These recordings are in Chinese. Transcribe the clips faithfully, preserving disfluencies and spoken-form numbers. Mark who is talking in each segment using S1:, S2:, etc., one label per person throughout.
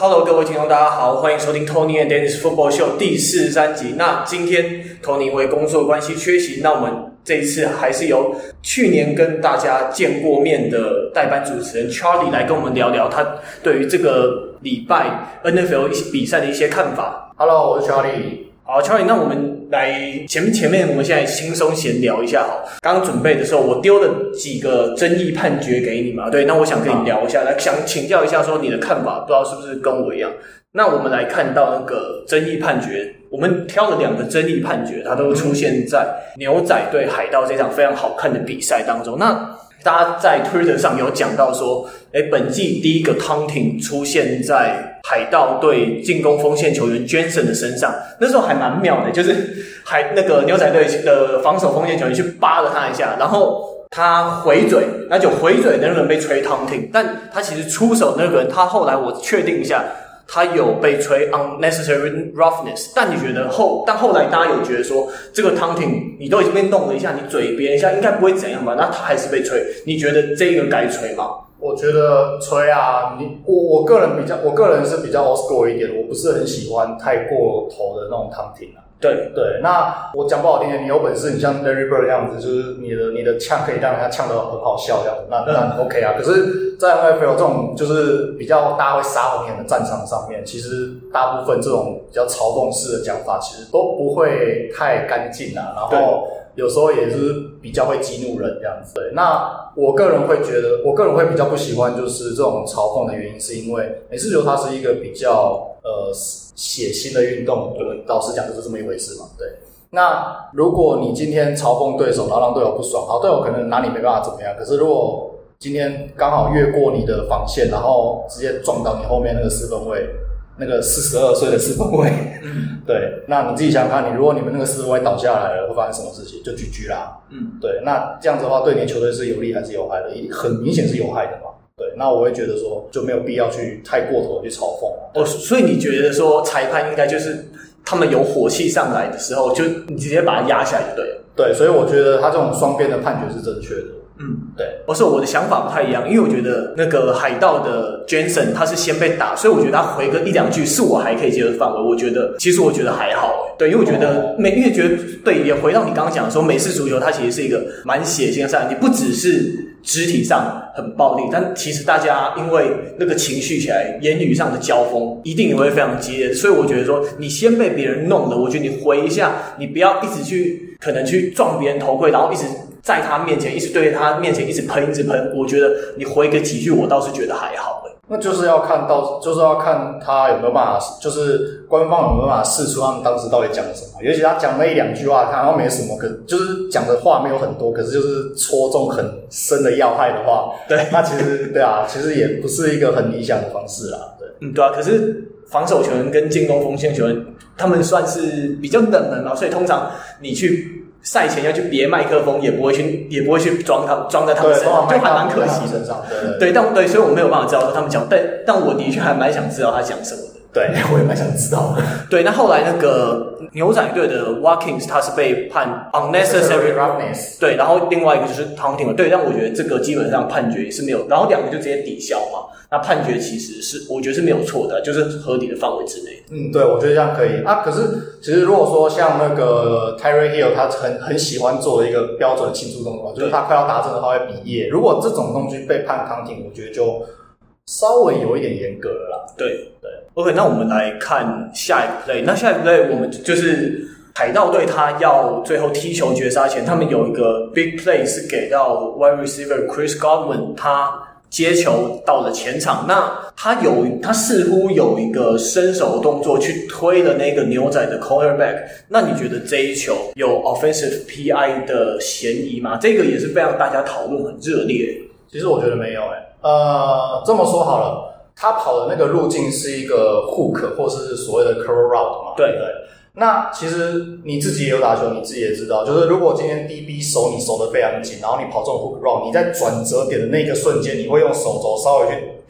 S1: Hello， 各位听众，大家好，欢迎收听 Tony and Dennis Football Show 第四十三集。那今天 Tony 因为工作关系缺席，那我们这一次还是由去年跟大家见过面的代班主持人 Charlie 来跟我们聊聊他对于这个礼拜 N F L 比赛的一些看法。
S2: Hello， 我是 Charlie。
S1: 好 ，Charlie， 那我们来前面前面我们现在轻松闲聊一下好。刚刚准备的时候，我丢了几个争议判决给你嘛，对，那我想跟你聊一下，来想请教一下说你的看法，不知道是不是跟我一样。那我们来看到那个争议判决，我们挑了两个争议判决，它都出现在牛仔对海盗这场非常好看的比赛当中。那大家在 Twitter 上有讲到说，诶，本季第一个 taunting 出现在海盗队进攻锋线球员 Jensen 的身上，那时候还蛮妙的，就是海那个牛仔队的防守锋线球员去扒了他一下，然后他回嘴，那就回嘴的那个人被吹 taunting， 但他其实出手的那个人，他后来我确定一下，他有被吹 unnecessary roughness， 但你觉得后，但后来大家有觉得说，这个 taunting 你都已经被弄了一下，你嘴别一下，应该不会怎样吧？那他还是被吹，你觉得这个该吹吗？
S2: 我觉得吹啊，你我我个人比较，我个人是比较 old school 一点，我不是很喜欢太过头的那种 taunting 啊。
S1: 对
S2: 对，那我讲不好听点，你有本事，你像 Larry Bird 这样子，就是你的你的呛可以让人家呛得很好笑这样子，那那 OK 啊。可是，在 N F L 这种就是比较大家会杀红眼的战场上面，其实大部分这种比较嘲讽式的讲法，其实都不会太干净啊。然后有时候也是比较会激怒人这样子。对，那我个人会觉得，我个人会比较不喜欢就是这种嘲讽的原因，是因为美式足球它是一个比较呃血腥的运动，老实讲就是这么一回事嘛。对，那如果你今天嘲讽对手，然后让队友不爽，好，队友可能拿你没办法怎么样，可是如果今天刚好越过你的防线，然后直接撞到你后面那个四分卫，那个四十二岁的四分卫，对，那你自己想想看，你如果你们那个四分卫倒下来了，会发生什么事情？就 G G 啦。嗯，对，那这样子的话，对你的球队是有利还是有害的？很明显是有害的嘛。对，那我会觉得说，就没有必要去太过头的去嘲讽。
S1: 哦，所以你觉得说裁判应该就是他们有火气上来的时候，就你直接把他压下来就对了。
S2: 对，所以我觉得他这种双边的判决是正确的。
S1: 嗯，对。我说我的想法不太一样，因为我觉得那个海盗的 Jensen 他是先被打，所以我觉得他回个一两句是我还可以接受的范围。我觉得其实我觉得还好，对，因为我觉得美，因为觉得对，也回到你刚刚讲的说，美式足球它其实是一个蛮血腥的赛，你不只是肢体上很暴力，但其实大家因为那个情绪起来，言语上的交锋一定也会非常激烈，所以我觉得说你先被别人弄了，我觉得你回一下，你不要一直去可能去撞别人头盔，然后一直在他面前一直对他面前一直喷一直喷，我觉得你回个几句我倒是觉得还好。
S2: 那就是要看到，就是要看他有没有办法，就是官方有没有办法释出他们当时到底讲了什么。尤其他讲了一两句话，他好像没什么，可就是讲的话没有很多，可是就是戳中很深的要害的话，对，那其实对啊，其实也不是一个很理想的方式啦。对，
S1: 嗯，对啊。可是防守球员跟进攻锋线球员，他们算是比较冷门嘛，所以通常你去赛前要去别麦克风，也不会去，也不会去装他装在他们身上，就还蛮可惜的。对，对，但对，所以我没有办法知道说他们讲，但但我的确还蛮想知道他讲什么的。
S2: 对，我也蛮想知道的。
S1: 对，那后来那个牛仔队的 Watkins 他是被判 unnecessary roughness， 对，然后另外一个就是 taunting， 对，但我觉得这个基本上判决也是没有，然后两个就直接抵消嘛。那判决其实是我觉得是没有错的，就是合理的范围之内。
S2: 嗯，对，我觉得这样可以啊。可是其实如果说像那个 Tyreek Hill 他很很喜欢做的一个标准的庆祝动作，就是他快要达阵的话会比耶。如果这种东西被判 taunting， 我觉得就稍微有一点严格了啦。
S1: 对对 ，OK， 那我们来看下一个 play。那下一个 play 我们就是海盗队，他要最后踢球绝杀前，他们有一个 big play 是给到 wide receiver Chris Godwin， 他接球到了前场，那他有他似乎有一个伸手动作去推了那个牛仔的 cornerback。那你觉得这一球有 offensive P I 的嫌疑吗？这个也是非常大家讨论很热烈。
S2: 其实我觉得没有诶、欸。呃，这么说好了，他跑的那个路径是一个 hook 或是所谓的 curl route 嘛？
S1: 对
S2: 对。那其实你自己也有打球，你自己也知道，就是如果今天 D B 守你守得非常紧，然后你跑这种 hook route，你在转折点的那个瞬间，你会用手肘稍微去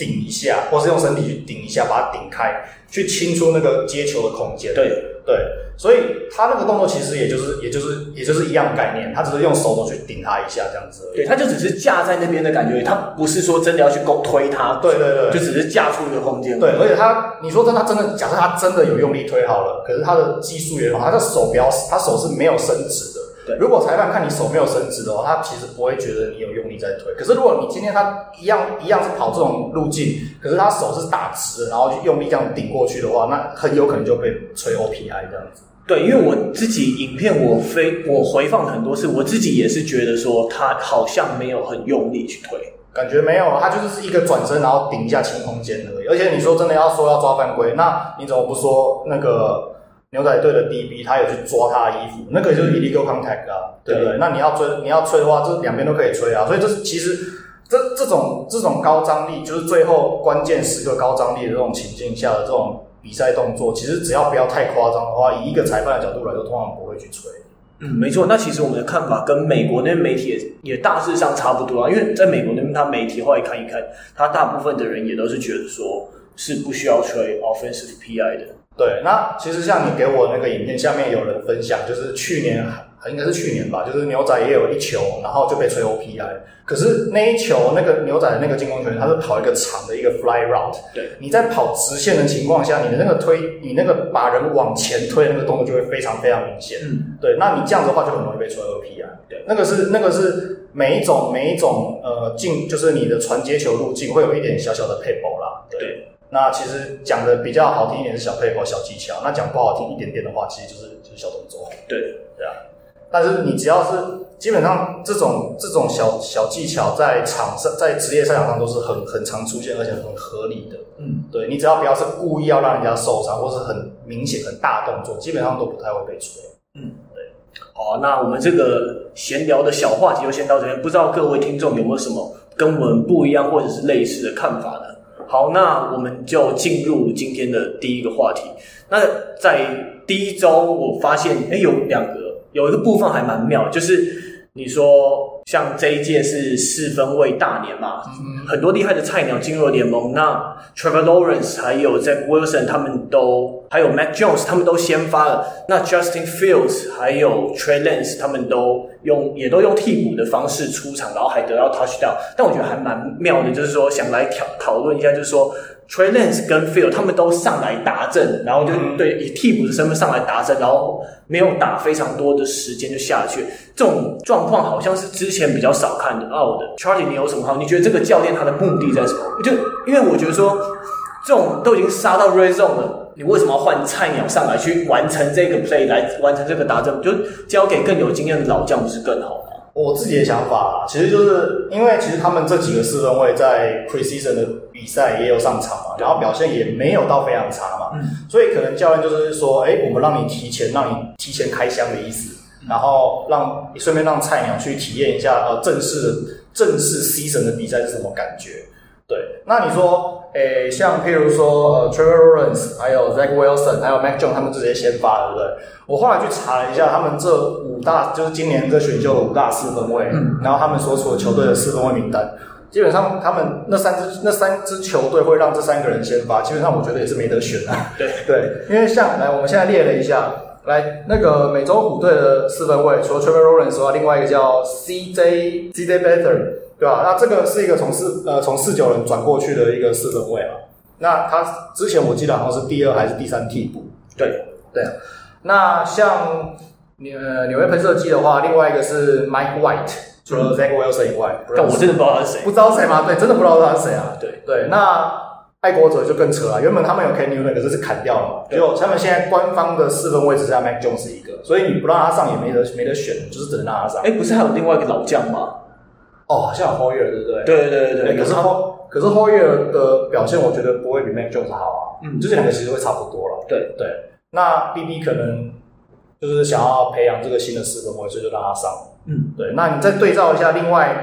S2: 顶一下，或是用身体去顶一下，把它顶开，去清出那个接球的空间。
S1: 对
S2: 对，所以他那个动作其实也就是也就是也就是一样的概念，他只是用手肘去顶他一下这样子而已。
S1: 对，他就只是架在那边的感觉，他不是说真的要去勾推他。
S2: 对对对，
S1: 就只是架出一个空间。
S2: 对，而且他，你说真的，他真的，假设他真的有用力推好了，可是他的技术也好，他的手不要，他手是没有伸直的。
S1: 对，
S2: 如果裁判看你手没有伸直的话，他其实不会觉得你有用力在推。可是如果你今天他一样一样是跑这种路径，可是他手是打直的，然后用力这样顶过去的话，那很有可能就被吹 O P I 这样子。
S1: 对，因为我自己影片我非我回放很多次，我自己也是觉得说他好像没有很用力去推。
S2: 感觉没有，他就是一个转身，然后顶一下清空间而已。而且你说真的要说要抓犯规，那你怎么不说那个牛仔队的 D B 他有去抓他的衣服，那个就是 illegal contact 啊，对不对？那你要追你要吹的话，这两边都可以吹啊。所以这是其实这这种这种高张力，就是最后关键时刻高张力的这种情境下的这种比赛动作，其实只要不要太夸张的话，以一个裁判的角度来说，通常不会去吹。
S1: 嗯，没错。那其实我们的看法跟美国那边媒体 也, 也大致上差不多啊，因为在美国那边，他媒体后来看一看，他大部分的人也都是觉得说是不需要吹 offensive P I 的。
S2: 对，那其实像你给我那个影片下面有人分享，就是去年应该是去年吧，就是牛仔也有一球，然后就被吹 O P I。可是那一球，那个牛仔的那个进攻球员，他是跑一个长的一个 fly route。
S1: 对，你
S2: 在跑直线的情况下，你的那个推，你那个把人往前推的那个动作就会非常非常明显。嗯，对，那你这样子的话就很容易被吹 O P I。对，那个是那个是每一种每一种呃进，就是你的传接球路径会有一点小小的配合啦。对。对，那其实讲的比较好听一点是小配合、小技巧，那讲不好听一点点的话，其实就是就是小动作。
S1: 对，
S2: 对啊。但是你只要是基本上这种这种小小技巧在场上，在职业赛场上都是很很常出现，而且很合理的。嗯，对，你只要不要是故意要让人家受伤，或是很明显很大动作，基本上都不太会被吹。嗯，对。
S1: 好，那我们这个闲聊的小话题就先到这边，不知道各位听众有没有什么跟我们不一样或者是类似的看法呢？好，那我们就进入今天的第一个话题。那在第一周，我发现哎有两个。有一个部分还蛮妙，就是你说像这一届是四分卫大年嘛，嗯、很多厉害的菜鸟进入了联盟。那 Trevor Lawrence 还有 Zach Wilson 他们都，还有 Mac Jones 他们都先发了。那 Justin Fields 还有 Trey Lance 他们都用也都用替补的方式出场，然后还得到 touchdown。但我觉得还蛮妙的，就是说想来讨讨论一下，就是说。Trey Lance 跟 Phil 他们都上来达阵，然后就对以替补的身份上来达阵，然后没有打非常多的时间就下去。这种状况好像是之前比较少看的。哦，的 Charlie 你有什么好？你觉得这个教练他的目的在什么？就因为我觉得说这种都已经杀到 Red Zone 了，你为什么要换菜鸟上来去完成这个 play 来完成这个达阵？就交给更有经验的老将不是更好吗？
S2: 我自己的想法啦，其实就是因为其实他们这几个四分卫在 preseason 的比赛也有上场嘛，然后表现也没有到非常差嘛，嗯、所以可能教练就是说，哎，我们让你提前，让你提前开箱的意思，然后让顺便让菜鸟去体验一下呃正式的正式 season 的比赛是什么感觉。对，那你说，诶，像譬如说，呃 ，Trevor Lawrence， 还有 Zach Wilson， 还有 Mac Jones， 他们直接先发，对不对？我后来去查了一下，他们这五大就是今年这选秀的五大四分卫，嗯、然后他们所处的球队的四分卫名单，基本上他们那三支那三支球队会让这三个人先发，基本上我觉得也是没得选啊。
S1: 对
S2: 对，因为像来，我们现在列了一下，来那个美洲虎队的四分卫，除了 Trevor Lawrence 的话，另外一个叫 C J C J Beathard。对吧？那这个是一个从四呃从四九人转过去的一个四分卫啊。那他之前我记得好像是第二还是第三替补。
S1: 对
S2: 对。那像呃纽约喷射机的话，另外一个是 Mike White， 除了 Zach Wilson 以外，
S1: 但我真的不知道他是谁。
S2: 不知道谁吗？对，真的不知道他是谁啊。
S1: 对
S2: 对。那爱国者就更扯了，原本他们有 Cam Newton， 可是是砍掉了嘛。结果他们现在官方的四分卫只剩下 Mac Jones 一个，所以你不让他上也没得没得选，就是只能让他上。
S1: 哎，不是还有另外一个老将吗？
S2: 哦，好像有 Hoyer 对不对？
S1: 对对对对。
S2: 可是 Ho 可是 Hoyer 的表现，我觉得不会比 Mac Jones 好啊。嗯，就这两个其实会差不多了。对对。那 B B 可能就是想要培养这个新的四分卫，所以就让他上。嗯，对。那你再对照一下另外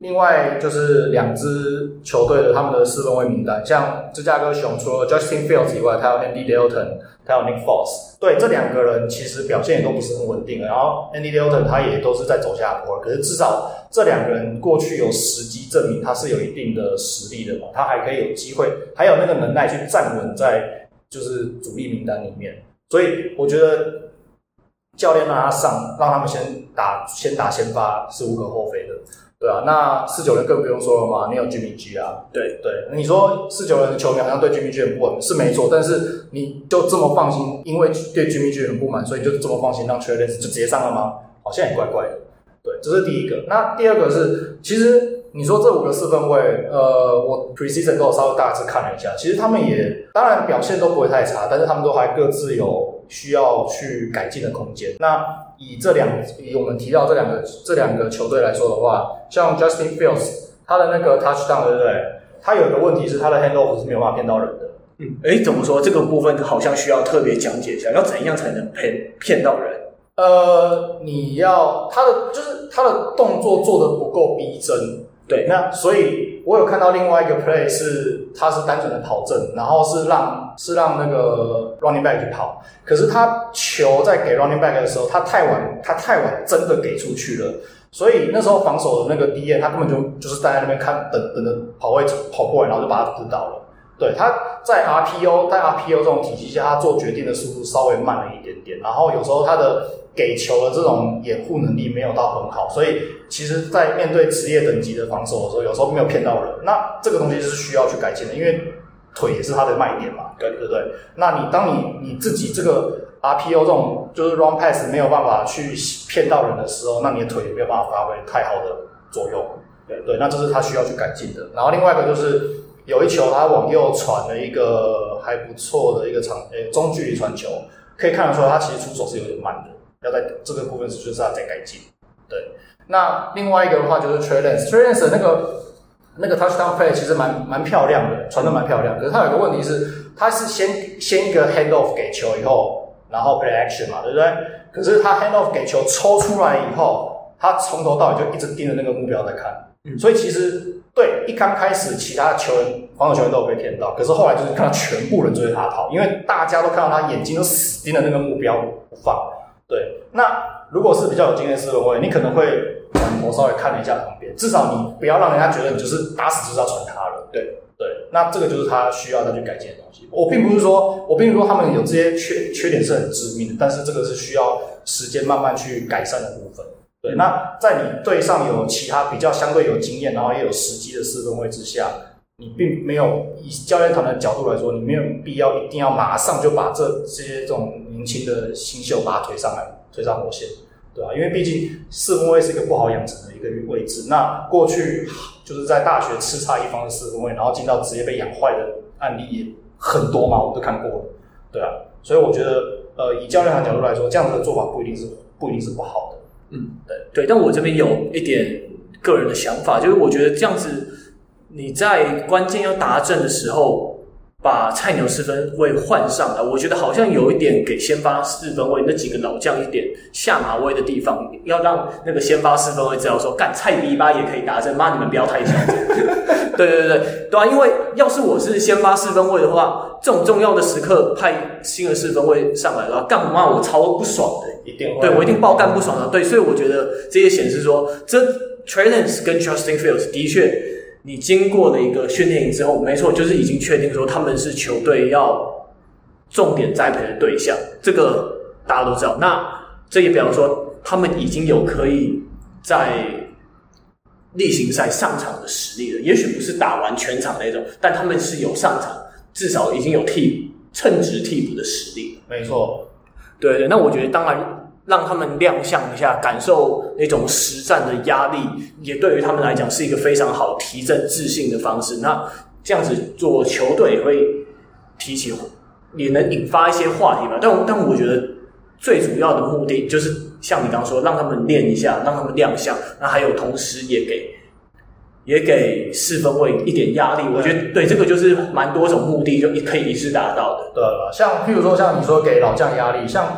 S2: 另外就是两支球队的他们的四分卫名单，像芝加哥熊除了 Justin Fields 以外，他有 Andy Dalton， 他有 Nick Foles。对，这两个人其实表现也都不是很稳定的。然后 Andy Dalton 他也都是在走下坡，可是至少这两个人过去有时机证明他是有一定的实力的嘛，他还可以有机会，还有那个能耐去站稳在就是主力名单里面。所以我觉得教练让他上，让他们先打先打先发是无可厚非的。对啊，那四九人更不用说了嘛，你有 Jimmy G 啊，
S1: 对
S2: 对，你说四九人的球迷好像对 Jimmy G 很不满是没错，但是你就这么放心，因为对 Jimmy G 很不满，所以就这么放心让 Trey Lance 就直接上了吗？好像也怪怪的。对，这是第一个。那第二个是，其实你说这五个四分卫，呃，我 preseason 都有稍微大致看了一下，其实他们也当然表现都不会太差，但是他们都还各自有需要去改进的空间。那以这两以我们提到这两个这两个球队来说的话，像 Justin Fields 他的那个 touchdown 对不对？他有一个问题是他的 handoff 是没有办法骗到人的。
S1: 嗯，哎，怎么说？这个部分好像需要特别讲解一下，要怎样才能骗骗到人？
S2: 呃，你要他的就是他的动作做得不够逼真，对，那所以我有看到另外一个 play 是他是单纯的跑阵，然后是让是让那个 running back 去跑，可是他球在给 running back 的时候，他太晚他太晚真的给出去了，所以那时候防守的那个 D N 他根本就就是站在那边看等等着跑位跑过来，然后就把他扑倒了。对，他在 R P O 在 R P O 这种体系下，他做决定的速度稍微慢了一点点，然后有时候他的给球的这种掩护能力没有到很好，所以其实在面对职业等级的防守的时候，有时候没有骗到人。那这个东西是需要去改进的，因为腿也是他的卖点嘛，对对不对？那你当你你自己这个 R P O 这种就是 run pass 没有办法去骗到人的时候，那你的腿也没有办法发挥太好的作用，对对，那这是他需要去改进的。然后另外一个就是有一球他往右传了一个还不错的一个长诶中距离传球，可以看得出来他其实出手是有点慢的，要在这个部分是就是要再改进。对，那另外一个的话就是 Trey Lance，Trey Lance 的那个那个 touchdown play 其实蛮蛮漂亮的，传得蛮漂亮。可是他有一个问题是，他是先先一个 hand off 给球以后，然后 play action 嘛，对不对？可是他 hand off 给球抽出来以后，他从头到尾就一直盯着那个目标在看，嗯、所以其实对一刚开始其他球员防守球员都有被骗到，可是后来就是看到全部人追着他跑，因为大家都看到他眼睛都死盯着那个目标不放。对，那如果是比较有经验的四分卫，你可能会转头稍微看了一下旁边，至少你不要让人家觉得你就是打死就是要传他了。对对，那这个就是他需要再去改进的东西。我并不是说，我并不是说他们有这些缺缺点是很致命的，但是这个是需要时间慢慢去改善的部分。对，那在你队上有其他比较相对有经验，然后也有时机的四分卫之下，你并没有以教练团的角度来说，你没有必要一定要马上就把这这些这种年轻的新秀把他推上来，推上火线，对吧、啊？因为毕竟四分卫是一个不好养成的一个位置。那过去就是在大学叱咤一方的四分卫，然后进到职业被养坏的案例也很多嘛，我都看过了，对啊。所以我觉得，呃，以教练团角度来说，这样子的做法不一定是不一定是不好的。
S1: 嗯，对对，但我这边有一点个人的想法，就是我觉得这样子，你在关键要达阵的时候，把菜鸟四分卫换上来，我觉得好像有一点给先发四分卫那几个老将一点下马威的地方，要让那个先发四分卫知道说，干菜逼吧也可以达阵，妈你们不要太小声。对对对对啊，因为要是我是先发四分卫的话，这种重要的时刻派新的四分卫上来的话，干嘛我超不爽的。
S2: 一定会，
S1: 对我一定爆干不爽的，对，所以我觉得这也显示说，这 Trey Lance 跟 Justin Fields 的确，你经过了一个训练营之后，没错，就是已经确定说他们是球队要重点栽培的对象，这个大家都知道。那这也表示说，他们已经有可以在例行赛上场的实力了，也许不是打完全场那种，但他们是有上场，至少已经有替称职替补的实力了。
S2: 没错。
S1: 对对，那我觉得当然让他们亮相一下，感受那种实战的压力，也对于他们来讲是一个非常好提振自信的方式。那这样子做球队也会提起，也能引发一些话题吧。但但我觉得最主要的目的就是像你刚刚说，让他们练一下，让他们亮相，那还有同时也给也给四分卫一点压力。我觉得对这个就是蛮多种目的，就可以一次达到的。
S2: 对吧？像譬如说像你说给老将压力，像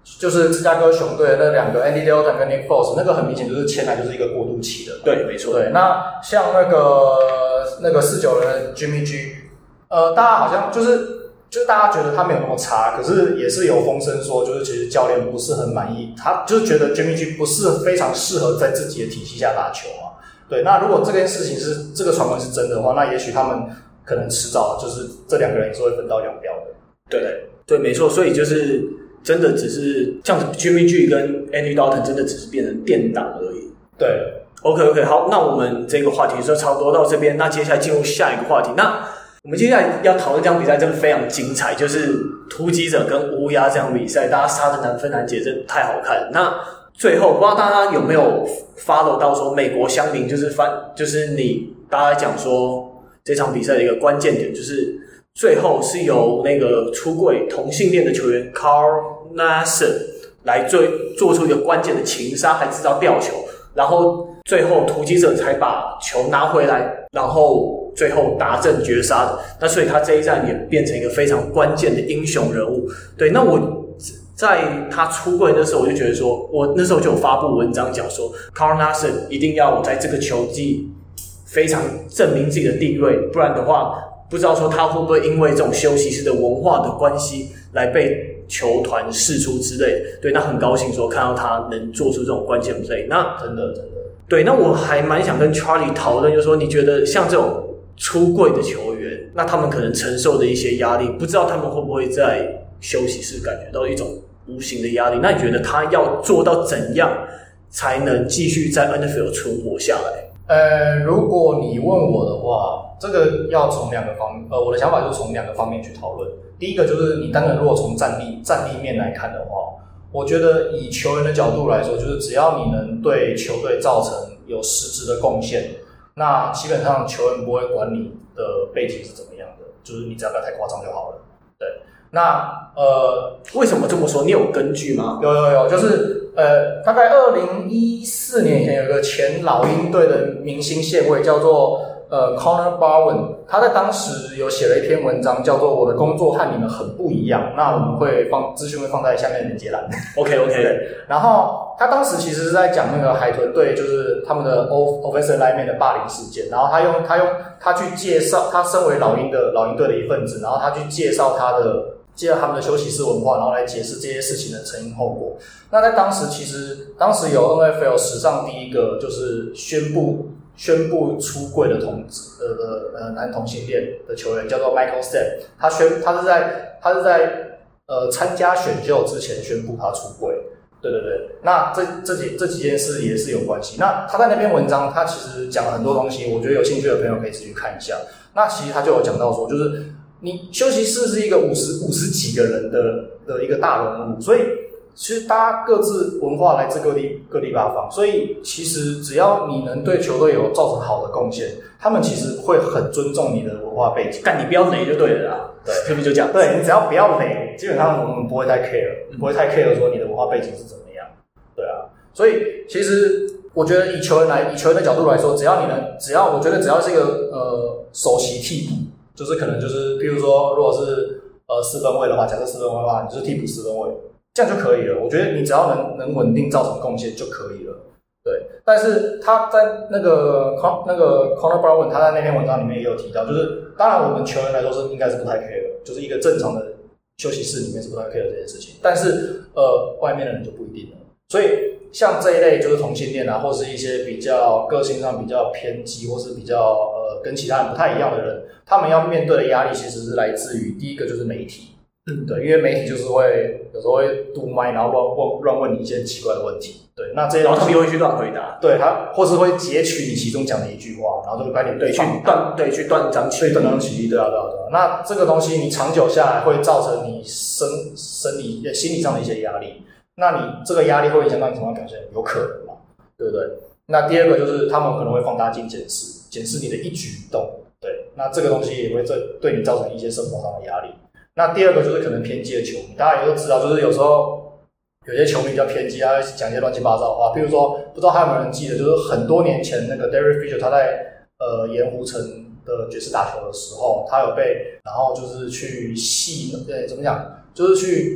S2: 就是芝加哥熊队那两个 Andy Dalton 跟 Nick Foles， 那个很明显就是签来就是一个过渡期的。
S1: 对，没错。
S2: 对，那像那个那个四九人的 Jimmy G， 呃，大家好像就是就是大家觉得他没有那么差，可是也是有风声说，就是其实教练不是很满意，他就是觉得 Jimmy G 不是非常适合在自己的体系下打球嘛。对，那如果这件事情是这个传闻是真的话，那也许他们可能迟早就是这两个人也是会分道扬镳的。
S1: 对对，没错，所以就是真的只是像 Jimmy G 跟 Andy Dalton 真的只是变成垫档而已。
S2: 对
S1: ，OK OK， 好，那我们这个话题就差不多到这边，那接下来进入下一个话题。那我们接下来要讨论这场比赛真的非常精彩，就是突击者跟乌鸦这场比赛，大家杀的难分难解，真的太好看了。那最后不知道大家有没有 follow 到说美国乡民就是翻就是你大家讲说这场比赛的一个关键点，就是最后是由那个出柜同性恋的球员 Carl Nassib 来做做出一个关键的情杀，还制造吊球，然后最后突击者才把球拿回来，然后最后达阵绝杀的。那所以他这一战也变成一个非常关键的英雄人物。对，那我在他出柜的时候，我就觉得说，我那时候就有发布文章讲说 Carl Nassib 一定要在这个球季非常证明自己的地位，不然的话不知道说他会不会因为这种休息室的文化的关系来被球团释出之类的。对，那很高兴说看到他能做出这种关键 play。那
S2: 真的真的
S1: 对，那我还蛮想跟 Charlie 讨论，就是说你觉得像这种出柜的球员，那他们可能承受的一些压力，不知道他们会不会在休息室感觉到一种无形的压力？那你觉得他要做到怎样才能继续在 N F L 存活下来？
S2: 呃，如果你问我的话，这个要从两个方，呃，我的想法就是从两个方面去讨论。第一个就是你当然如果从战力战力面来看的话，我觉得以球员的角度来说，就是只要你能对球队造成有实质的贡献，那基本上球员不会管你的背景是怎么样的，就是你只要不要太夸张就好了。对，那呃，
S1: 为什么这么说？你有根据吗？
S2: 有有有，就是呃，大概二零一四年以前有一个前老鹰队的明星线卫叫做呃 Connor Barwin， 他在当时有写了一篇文章，叫做《我的工作和你们很不一样》。那我们会放资讯会放在下面的连结栏。
S1: OK OK。
S2: 对，然后他当时其实是在讲那个海豚队，就是他们的 offensive lineman 的霸凌事件。然后他用他用他去介绍，他身为老鹰的老鹰队的一份子，然后他去介绍他的。介绍他们的休息室文化，然后来解释这些事情的成因后果。那在当时，其实当时有 N F L 史上第一个就是宣布宣布出柜的同志呃呃男同性恋的球员，叫做 Michael Sam。他宣他是在他是在呃参加选秀之前宣布他出柜。对对对，那这这几这几件事也是有关系。那他在那篇文章，他其实讲了很多东西，我觉得有兴趣的朋友可以自己去看一下。那其实他就有讲到说，就是你休息室是一个五十五十几个人的的一个大人物，所以其实大家各自文化来自各地各地八方，所以其实只要你能对球队有造成好的贡献，他们其实会很尊重你的文化背景。
S1: 但你不要雷就对了啦，
S2: 对，
S1: 是不是就这样？
S2: 对，你只要不要雷，基本上我们不会太 care，、嗯、不会太 care 说你的文化背景是怎么样。对啊，所以其实我觉得以球员来以球员的角度来说，只要你能，只要我觉得只要是一个呃首席替补。就是可能就是，譬如说，如果是呃四分卫的话，假设四分卫的话，你就是替补四分卫，这样就可以了。我觉得你只要能能稳定造成贡献就可以了。对，但是他在那个那个 Connor Barwin 他在那篇文章里面也有提到，就是当然我们球员来说是应该是不太 care， 就是一个正常的休息室里面是不太 care 这件事情，但是呃外面的人就不一定了。所以像这一类就是同性恋啊，或是一些比较个性上比较偏激，或是比较呃跟其他人不太一样的人，他们要面对的压力其实是来自于第一个就是媒体，嗯，对，因为媒体就是会有时候会堵麦，然后乱问乱问你一些奇怪的问题，对，那这些
S1: 然后他们又会去乱回答，
S2: 对他，或是会截取你其中讲的一句话，然后就会把你
S1: 对去断对去断章取义，
S2: 断章取义，对啊对啊对啊。那这个东西你长久下来会造成你生生理心理上的一些压力。那你这个压力会影响到你什么样的表现？有可能嘛，对不对？那第二个就是他们可能会放大镜检视，检视你的一举一动，对，那这个东西也会对你造成一些生活上的压力。那第二个就是可能偏激的球迷，大家也都知道，就是有时候有些球迷比较偏激，他会讲一些乱七八糟的话，比如说不知道还有没有人记得，就是很多年前那个 Derek Fisher 他在呃盐湖城的爵士打球的时候，他有被然后就是去戏，对，怎么讲，就是去。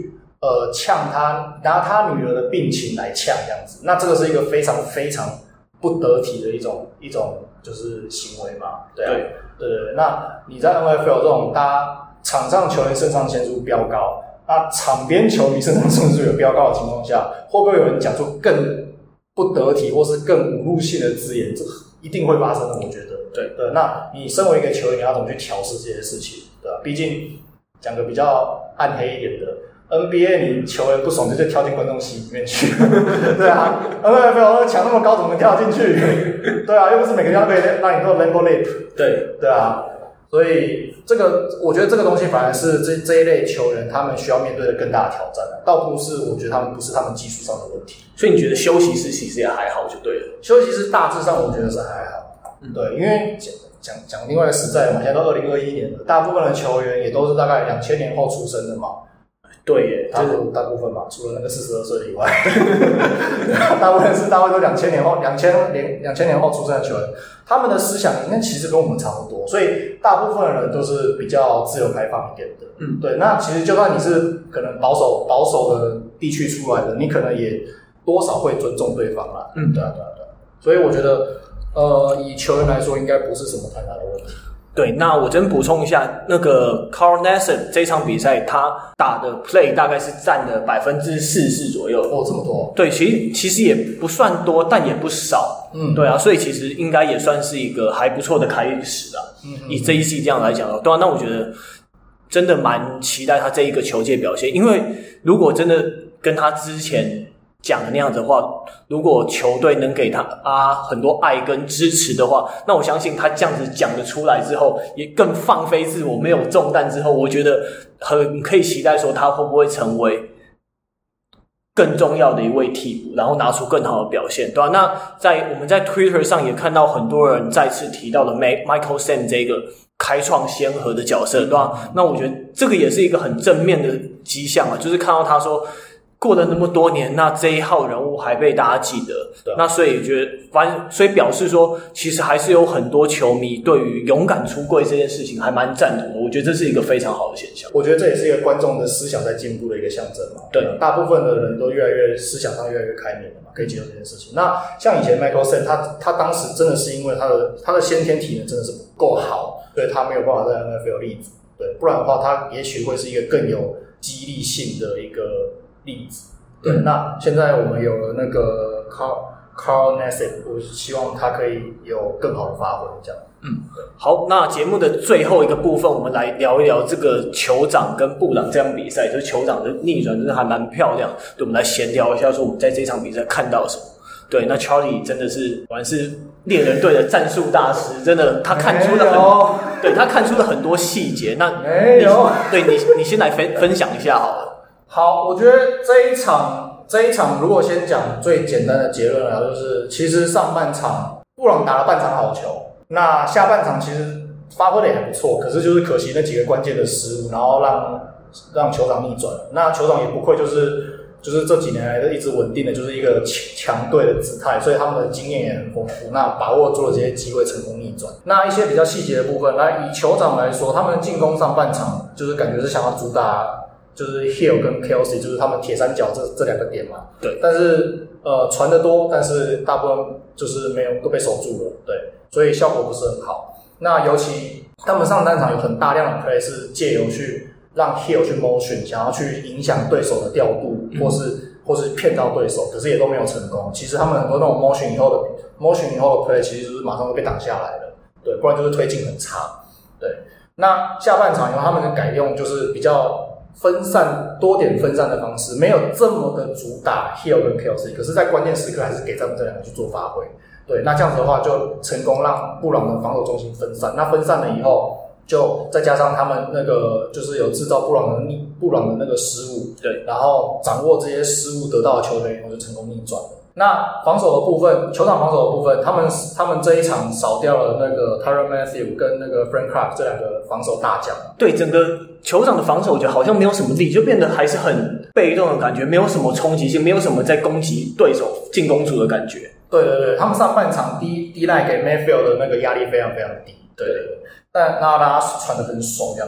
S2: 呃呛他，拿他女儿的病情来呛这样子，那这个是一个非常非常不得体的一种一种就是行为嘛，对啊，对对对。那你在 N F L 这种，大家场上球员肾上腺素飙高，那场边球迷肾上腺素有飙高的情况下，会不会有人讲出更不得体或是更侮辱性的字眼？这一定会发生的，我觉得。对对，那你身为一个球员，你要怎么去调试这些事情？对吧？毕竟讲个比较暗黑一点的 ，N B A 你球员不爽就就跳进观众席里面去，对啊 ，N F L 墙那么高怎么能跳进去？对啊，又不是每个地方可以让你做 Lambo Leap。对对啊，所以这个我觉得这个东西反而是这这一类球员他们需要面对的更大的挑战，倒不是我觉得他们不是他们技术上的问题。
S1: 所以你觉得休息室其实也还好就对了？
S2: 休息室大致上我觉得是还好。对，因为讲讲讲另外一个实在嘛，现在都二零二一年了，大部分的球员也都是大概两千年后出生的嘛。
S1: 对耶，
S2: 大部大部分嘛，除了那个四十二岁以外，大部分是大部分都两千年后两千年两千年后出生的球员，他们的思想应该其实跟我们差不多，所以大部分的人都是比较自由开放一点的。嗯，对。那其实就算你是可能保守保守的地区出来的，你可能也多少会尊重对方啦。嗯，对啊，对啊，对啊。所以我觉得。呃，以球员来说，应该不是什么太大的问题。
S1: 对，那我真补充一下，那个 Carl Nassib 这场比赛他打的 play 大概是占了百分之四十左右。
S2: 哦，这么多？
S1: 对，其实其实也不算多，但也不少。嗯，对啊，所以其实应该也算是一个还不错的开始啦。嗯，以这一季这样来讲，对啊，那我觉得真的蛮期待他这一个球界表现，因为如果真的跟他之前讲的那样子的话，如果球队能给他啊很多爱跟支持的话，那我相信他这样子讲得出来之后，也更放飞自我，没有重担之后，我觉得很可以期待说他会不会成为更重要的一位替补，然后拿出更好的表现，对吧？那在我们在 Twitter 上也看到很多人再次提到了 Michael Sam 这个开创先河的角色，对吧？那我觉得这个也是一个很正面的迹象啊，就是看到他说过了那么多年，那这一号人物还被大家记得，那所以觉得，反正所以表示说，其实还是有很多球迷对于勇敢出柜这件事情还蛮赞同的。我觉得这是一个非常好的现象。
S2: 我觉得这也是一个观众的思想在进步的一个象征嘛。对，大部分的人都越来越思想上越来越开明了嘛，可以接受这件事情。那像以前 Michael Sam， 他他当时真的是因为他的他的先天体能真的是不够好，所以他没有办法在 N F L 立足。对，不然的话，他也许会是一个更有激励性的一个例子。对，那现在我们有了那个 Carl Carl Nassib， 我希望他可以有更好的发挥，这样。
S1: 嗯，好，那节目的最后一个部分，我们来聊一聊这个酋长跟布朗这场比赛，就是酋长的逆转，真的还蛮漂亮。对，我们来闲聊一下，说我们在这场比赛看到什么。对，那 Charlie 真的是果然是猎人队的战术大师，真的他看出了很，对他看出了很多细节。那
S2: 没有，
S1: 对你你先来分分享一下好了。
S2: 好，我觉得这一场这一场如果先讲最简单的结论了，就是其实上半场布朗打了半场好球，那下半场其实发挥的也还不错，可是就是可惜那几个关键的失误，然后让让酋长逆转。那酋长也不愧就是就是这几年来的一直稳定的就是一个强队的姿态，所以他们的经验也很丰富，那把握住了这些机会成功逆转。那一些比较细节的部分，那以酋长来说，他们进攻上半场就是感觉是想要主打就是 Hill 跟 Kelsey， 就是他们铁三角这这两个点嘛。对。但是呃传得多，但是大部分就是没有都被守住了，对，所以效果不是很好。那尤其他们上半场有很大量的 play 是借由去让 Hill 去 motion， 想要去影响对手的调度，或是或是骗到对手，可是也都没有成功。其实他们很多那种 motion 以后的 motion 以后的 play 其实就是马上都被挡下来了，对，不然就是推进很差。对。那下半场以后他们的改用就是比较分散多点分散的方式，没有这么的主打 Hill 跟 Kelsey， 可是在关键时刻还是给他们这两个去做发挥。对，那这样子的话就成功让布朗的防守中心分散。那分散了以后，就再加上他们那个就是有制造布朗的逆布朗的那个失误，对，然后掌握这些失误得到的球权以后就成功逆转了。那防守的部分，球场防守的部分，他们他们这一场少掉了那个 Tyrann Mathieu 跟那个 Frank Clark 这两个防守大将。
S1: 对，整个球场的防守我觉得好像没有什么力，就变得还是很被动的感觉，没有什么冲击性，没有什么在攻击对手进攻组的感觉。
S2: 对对对，他们上半场低低赖给 Mayfield 的那个压力非常非常低，对对对，但那大家传得很爽这样子。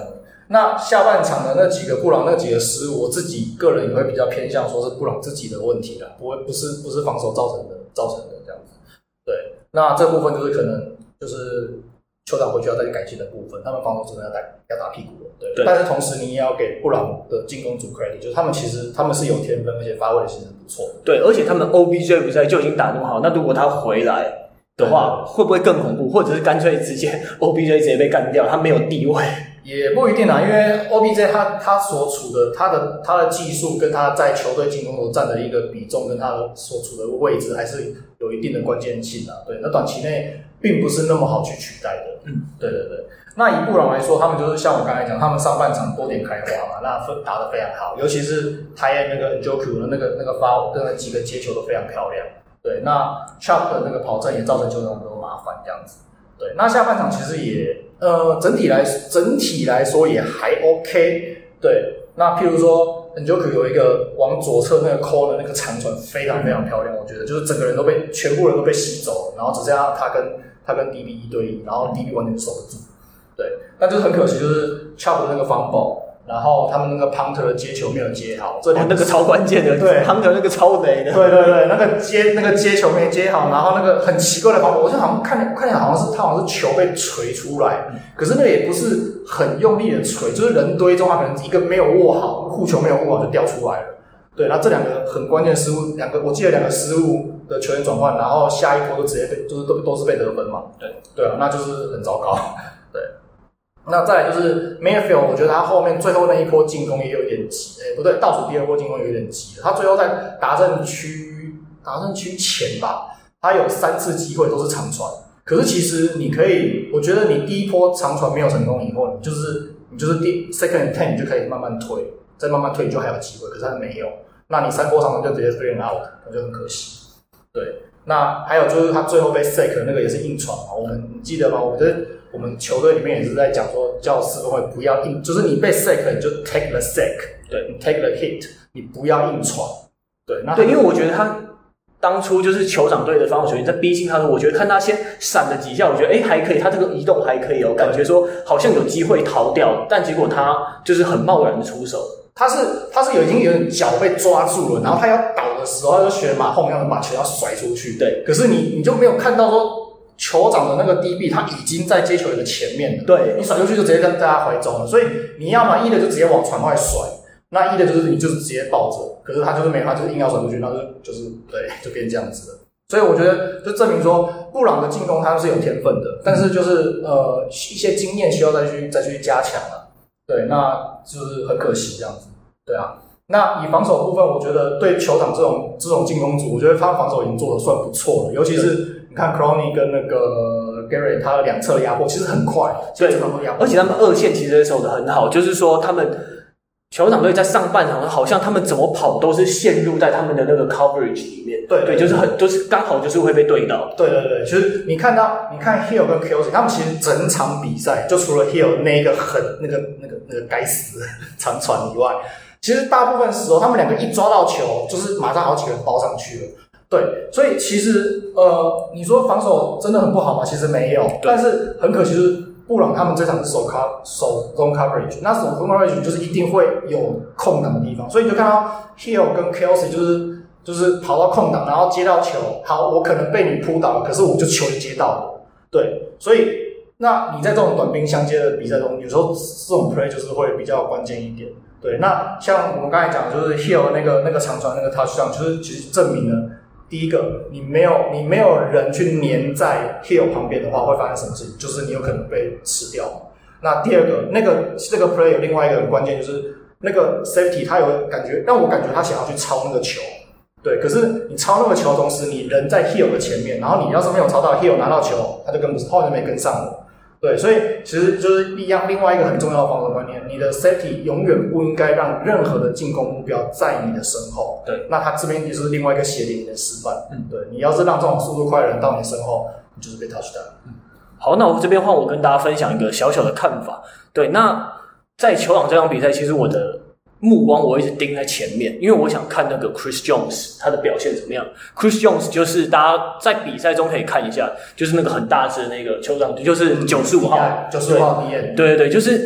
S2: 那下半场的那几个布朗那几个失误，我自己个人也会比较偏向说是布朗自己的问题啦，不会不是不是防守造成的造成的这样子。对，那这部分就是可能就是酋长回去要再改进的部分，他们防守真的要打要打屁股了。对，对但是同时你也要给布朗的进攻组 credit， 就是他们其实他们是有天分，而且发挥的其实不错。
S1: 对，而且他们 O B J 不在就已经打那么好，那如果他回来的话，会不会更恐怖？或者是干脆直接 O B J 直接被干掉，他没有地位？
S2: 也不一定啊，因为 O B J 他他所处的他的他的技术跟他在球队进攻所占的一个比重，跟他的所处的位置还是有一定的关键性啊。对，那短期内并不是那么好去取代的。嗯，对对对。那以布朗来说，他们就是像我刚才讲，他们上半场多点开花嘛，那打得非常好，尤其是台野那个 Njoku 的那个那个发那几个接球都非常漂亮。对，那 Chuck 的那个跑阵也造成球场很多麻烦这样子。对，那下半场其实也呃整体来整体来说也还 OK。对，那譬如说 Njoku 有一个往左侧那个 call 的那个长传非常非常漂亮，我觉得就是整个人都被全部人都被吸走了，然后只剩下他跟他跟 D B 一对一，然后 D B 完全守不住。对，那就是很可惜，就是 Chubb 的那个防保，然后他们那个 Punter 的接球没有接好，这两、
S1: 哦、那个超关键的，
S2: 对
S1: Punter 那个超雷的，
S2: 对对对，那个接那个接球没接好，然后那个很奇怪的防保，我就好像看看起来好像是他好像是球被锤出来，可是那个也不是很用力的锤，就是人堆中他可能一个没有握好，护球没有握好就掉出来了。对，那这两个很关键的失误，两个我记得两个失误的球员转换，然后下一波就直接被就是都都是被得分嘛。对对啊，那就是很糟糕。对。那再来就是 Mayfield， 我觉得他后面最后那一波进攻也有点急，哎，不对，倒数第二波进攻有点急了。他最后在达阵区达阵区前吧，他有三次机会都是长传，可是其实你可以，我觉得你第一波长传没有成功以后，你就是你就是第 second and ten 你就可以慢慢推，再慢慢推你就还有机会，可是他没有，那你三波长传就直接 three and out， 那就很可惜。对，那还有就是他最后被 sack 那个也是硬传嘛，我们你记得吗？我觉得。我们球队里面也是在讲说，叫四分卫不要硬，就是你被 sack 你就 take the sack， 对，你 take the hit， 你不要硬传。对，那
S1: 对，因为我觉得他当初就是酋长队的防守球员在逼近他的时候，我觉得看他先闪了几下，我觉得哎还可以，他这个移动还可以哦，感觉说好像有机会逃掉，但结果他就是很贸然的出手。
S2: 他是他是有已经有点脚被抓住了，然后他要倒的时候，他就学马后一样把球要甩出去。对，可是你你就没有看到说。酋长的那个 D B 他已经在接球员的前面了，对，你甩出去就直接在他怀中了，所以你要嘛一的就直接往传外甩，那一的就是你就是直接抱着，可是他就是没，他就是硬要甩出去，那就就是对，就变这样子了。所以我觉得就证明说，布朗的进攻他是有天分的，但是就是呃一些经验需要再去再去加强了，对，那就是很可惜这样子，对啊。那以防守部分，我觉得对酋长这种这种进攻组，我觉得他防守已经做得算不错了，尤其是。你看 Crowny 跟那个 Garrett 他两侧的压迫其实很快，
S1: 对，而且他们二线其实守得很好，就是说他们酋长队在上半场好像他们怎么跑都是陷入在他们的那个 coverage 里面，对对，就是很就是刚好就是会被对到，
S2: 对对对，其实你看到你看 Hill 跟 Kelsey 他们其实整场比赛就除了 Hill 那个很那个那个那个该死的长传以外，其实大部分时候他们两个一抓到球，就是马上好几个人包上去了。对，所以其实呃，你说防守真的很不好吗？其实没有，但是很可惜就是布朗他们这场是守 cover 守 zone coverage， 那守 zone coverage 就是一定会有空档的地方，所以你就看到 Hill 跟 Kelsey 就是就是跑到空档，然后接到球，好，我可能被你扑倒了，可是我就球就接到了，对，所以那你在这种短兵相接的比赛中，有时候这种 play 就是会比较关键一点。对，那像我们刚才讲，就是 Hill 那个那个长传那个 touchdown， 就是其实证明了。第一个，你没有你没有人去黏在 Hill 旁边的话，会发生什么事情？就是你有可能被吃掉。那第二个，那个这个 play 有另外一个很关键，就是那个 safety 他有感觉，让我感觉他想要去抄那个球，对。可是你抄那个球的同时，你人在 Hill 的前面，然后你要是没有抄到 Hill 拿到球，他就跟不上，后面没跟上了。对，所以其实就是一样，另外一个很重要的防守观念，你的 safety 永远不应该让任何的进攻目标在你的身后。对，那他这边也是另外一个斜点的示范。嗯，对，你要是让这种速度快的人到你身后，你就是被 touchdown。嗯，
S1: 好，那我这边换我跟大家分享一个小小的看法。对，那在酋长这场比赛，其实我的目光我一直盯在前面，因为我想看那个 Chris Jones 他的表现怎么样。Chris Jones 就是大家在比赛中可以看一下，就是那个很大只的那个酋长，就是九十五号，
S2: 九十五号 D N，
S1: 对对对，就是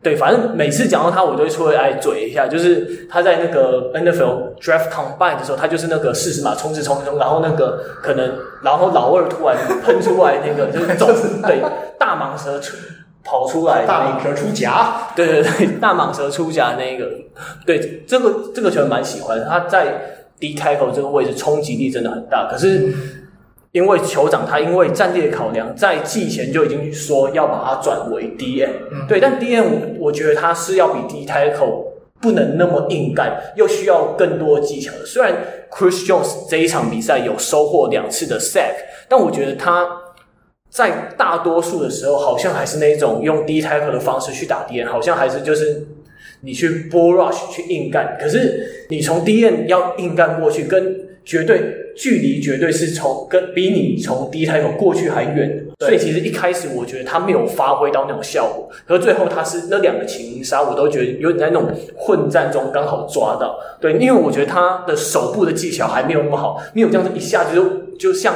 S1: 对，反正每次讲到他，我都会出来嘴一下。就是他在那个 N F L Draft Combine 的时候，他就是那个四十码冲刺冲刺冲，然后那个可能，然后老二突然喷出来那个，就是走对大蟒蛇跑出来，
S2: 大蟒蛇出夹，
S1: 对对对，大蟒蛇出夹那个，对这个这个球员蛮喜欢的，他在 D tackle 这个位置冲击力真的很大，可是。因为酋长他因为战略考量，在季前就已经说要把它转为 D N，、嗯、对，但 D N 我我觉得他是要比 D tackle 不能那么硬干，又需要更多技巧的。虽然 Chris Jones 这一场比赛有收获两次的 sack， 但我觉得他在大多数的时候好像还是那种用 D tackle 的方式去打 D N， 好像还是就是你去 bull rush 去硬干，可是你从 D N 要硬干过去，跟绝对。距离绝对是从跟比你从 D tackle 过去还远的，所以其实一开始我觉得他没有发挥到那种效果，可是最后他是那两个擒杀，我都觉得有点在那种混战中刚好抓到。对，因为我觉得他的手部的技巧还没有那么好，没有这样子一下子就就像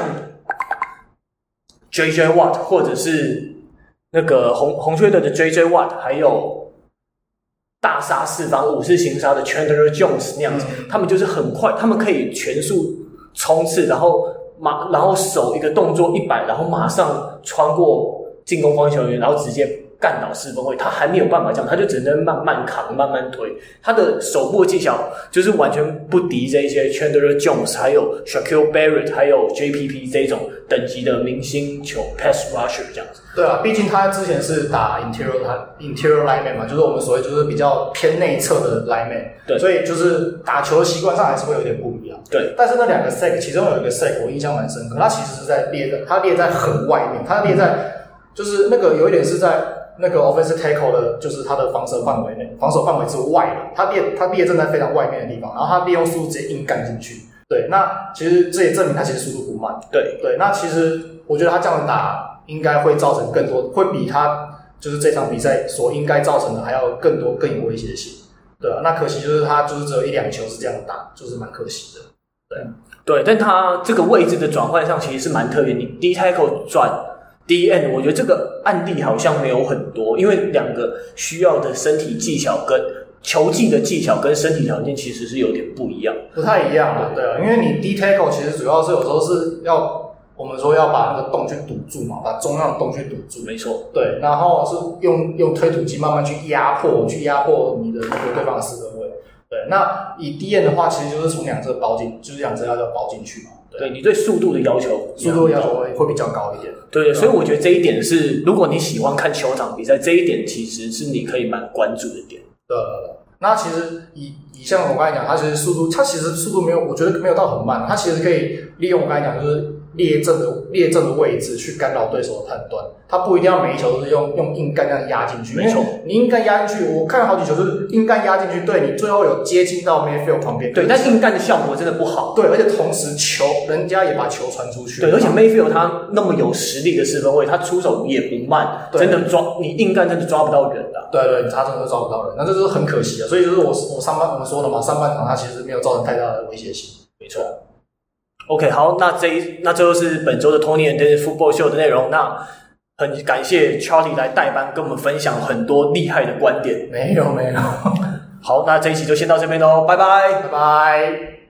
S1: J J Watt 或者是那个红红雀队的 J J Watt， 还有大杀四方五次擒杀的 Chandler Jones 那样子，嗯、他们就是很快，他们可以全速。冲刺，然后马，然后手一个动作一摆，然后马上穿过进攻方球员，然后直接干倒四分卫。他还没有办法这样，他就只能慢慢扛、慢慢推。他的手部技巧就是完全不敌这一些 Chandler Jones， 还有 Shaquille Barrett， 还有 J P P 这种等级的明星球 pass rusher 这样子。
S2: 对啊，毕竟他之前是打 interior interior lineman 嘛，就是我们所谓就是比较偏内侧的 lineman， 对，所以就是打球习惯上还是会有点不一样。
S1: 对，
S2: 但是那两个 sack， 其中有一个 sack 我印象蛮深刻，他其实是在列在，他列在很外面，他列在就是那个有一点是在那个 offensive tackle 的，就是他的防守范围内，防守范围之外的，他列他列正在非常外面的地方，然后他利用速度直接硬干进去。对，那其实这也证明他其实速度不慢。
S1: 对
S2: 对，那其实我觉得他这样打。应该会造成更多，会比他就是这场比赛所应该造成的还要更多更有威胁性，对啊，那可惜就是他就是只有一两球是这样打，就是蛮可惜的，对
S1: 对，但他这个位置的转换上其实是蛮特别，你 D tackle 转 D N， 我觉得这个案例好像没有很多，因为两个需要的身体技巧跟球技的技巧跟身体条件其实是有点不一样，
S2: 不太一样啊，对啊，因为你 D tackle 其实主要是有时候是要。我们说要把那个洞去堵住嘛，把中央的洞去堵住。
S1: 没错，
S2: 对，然后是用用推土机慢慢去压迫，去压迫你的那个对方的四分卫。对，那以 D N 的话，其实就是从两侧包进，就是两侧要要包进去嘛。对，
S1: 对你对速度的要求，
S2: 速度的要求会会比较高一点。
S1: 对，对所以我觉得这一点是，如果你喜欢看球场比赛，这一点其实是你可以蛮关注的点。
S2: 对，那其实以以像我刚才讲，它其实速度，它其实速度没有，我觉得没有到很慢，它其实可以利用我刚才讲就是。列阵的列阵的位置去干扰对手的判断，他不一定要每一球都是用用硬干这样压进去。
S1: 没错，
S2: 你硬干压进去，我看好几球就是硬干压进去，对你最后有接近到 Mayfield 旁边。
S1: 对，但硬干的效果真的不好。
S2: 对，而且同时球人家也把球传出去。
S1: 对，而且 Mayfield 他那么有实力的四分卫，他出手也不慢，真的抓你硬干真的抓不到人的、啊。
S2: 对对，他真的抓不到人，那这就是很可惜的。所以就是我我上半我们说的嘛，上半场他其实没有造成太大的威胁性。
S1: 没错。OK， 好，那这一那这就是本周的 Tony and Dennis Football Show 的内容。那很感谢 Charlie 来代班跟我们分享很多厉害的观点。
S2: 没有没有。
S1: 好，那这一期就先到这边喽，拜拜，
S2: 拜拜。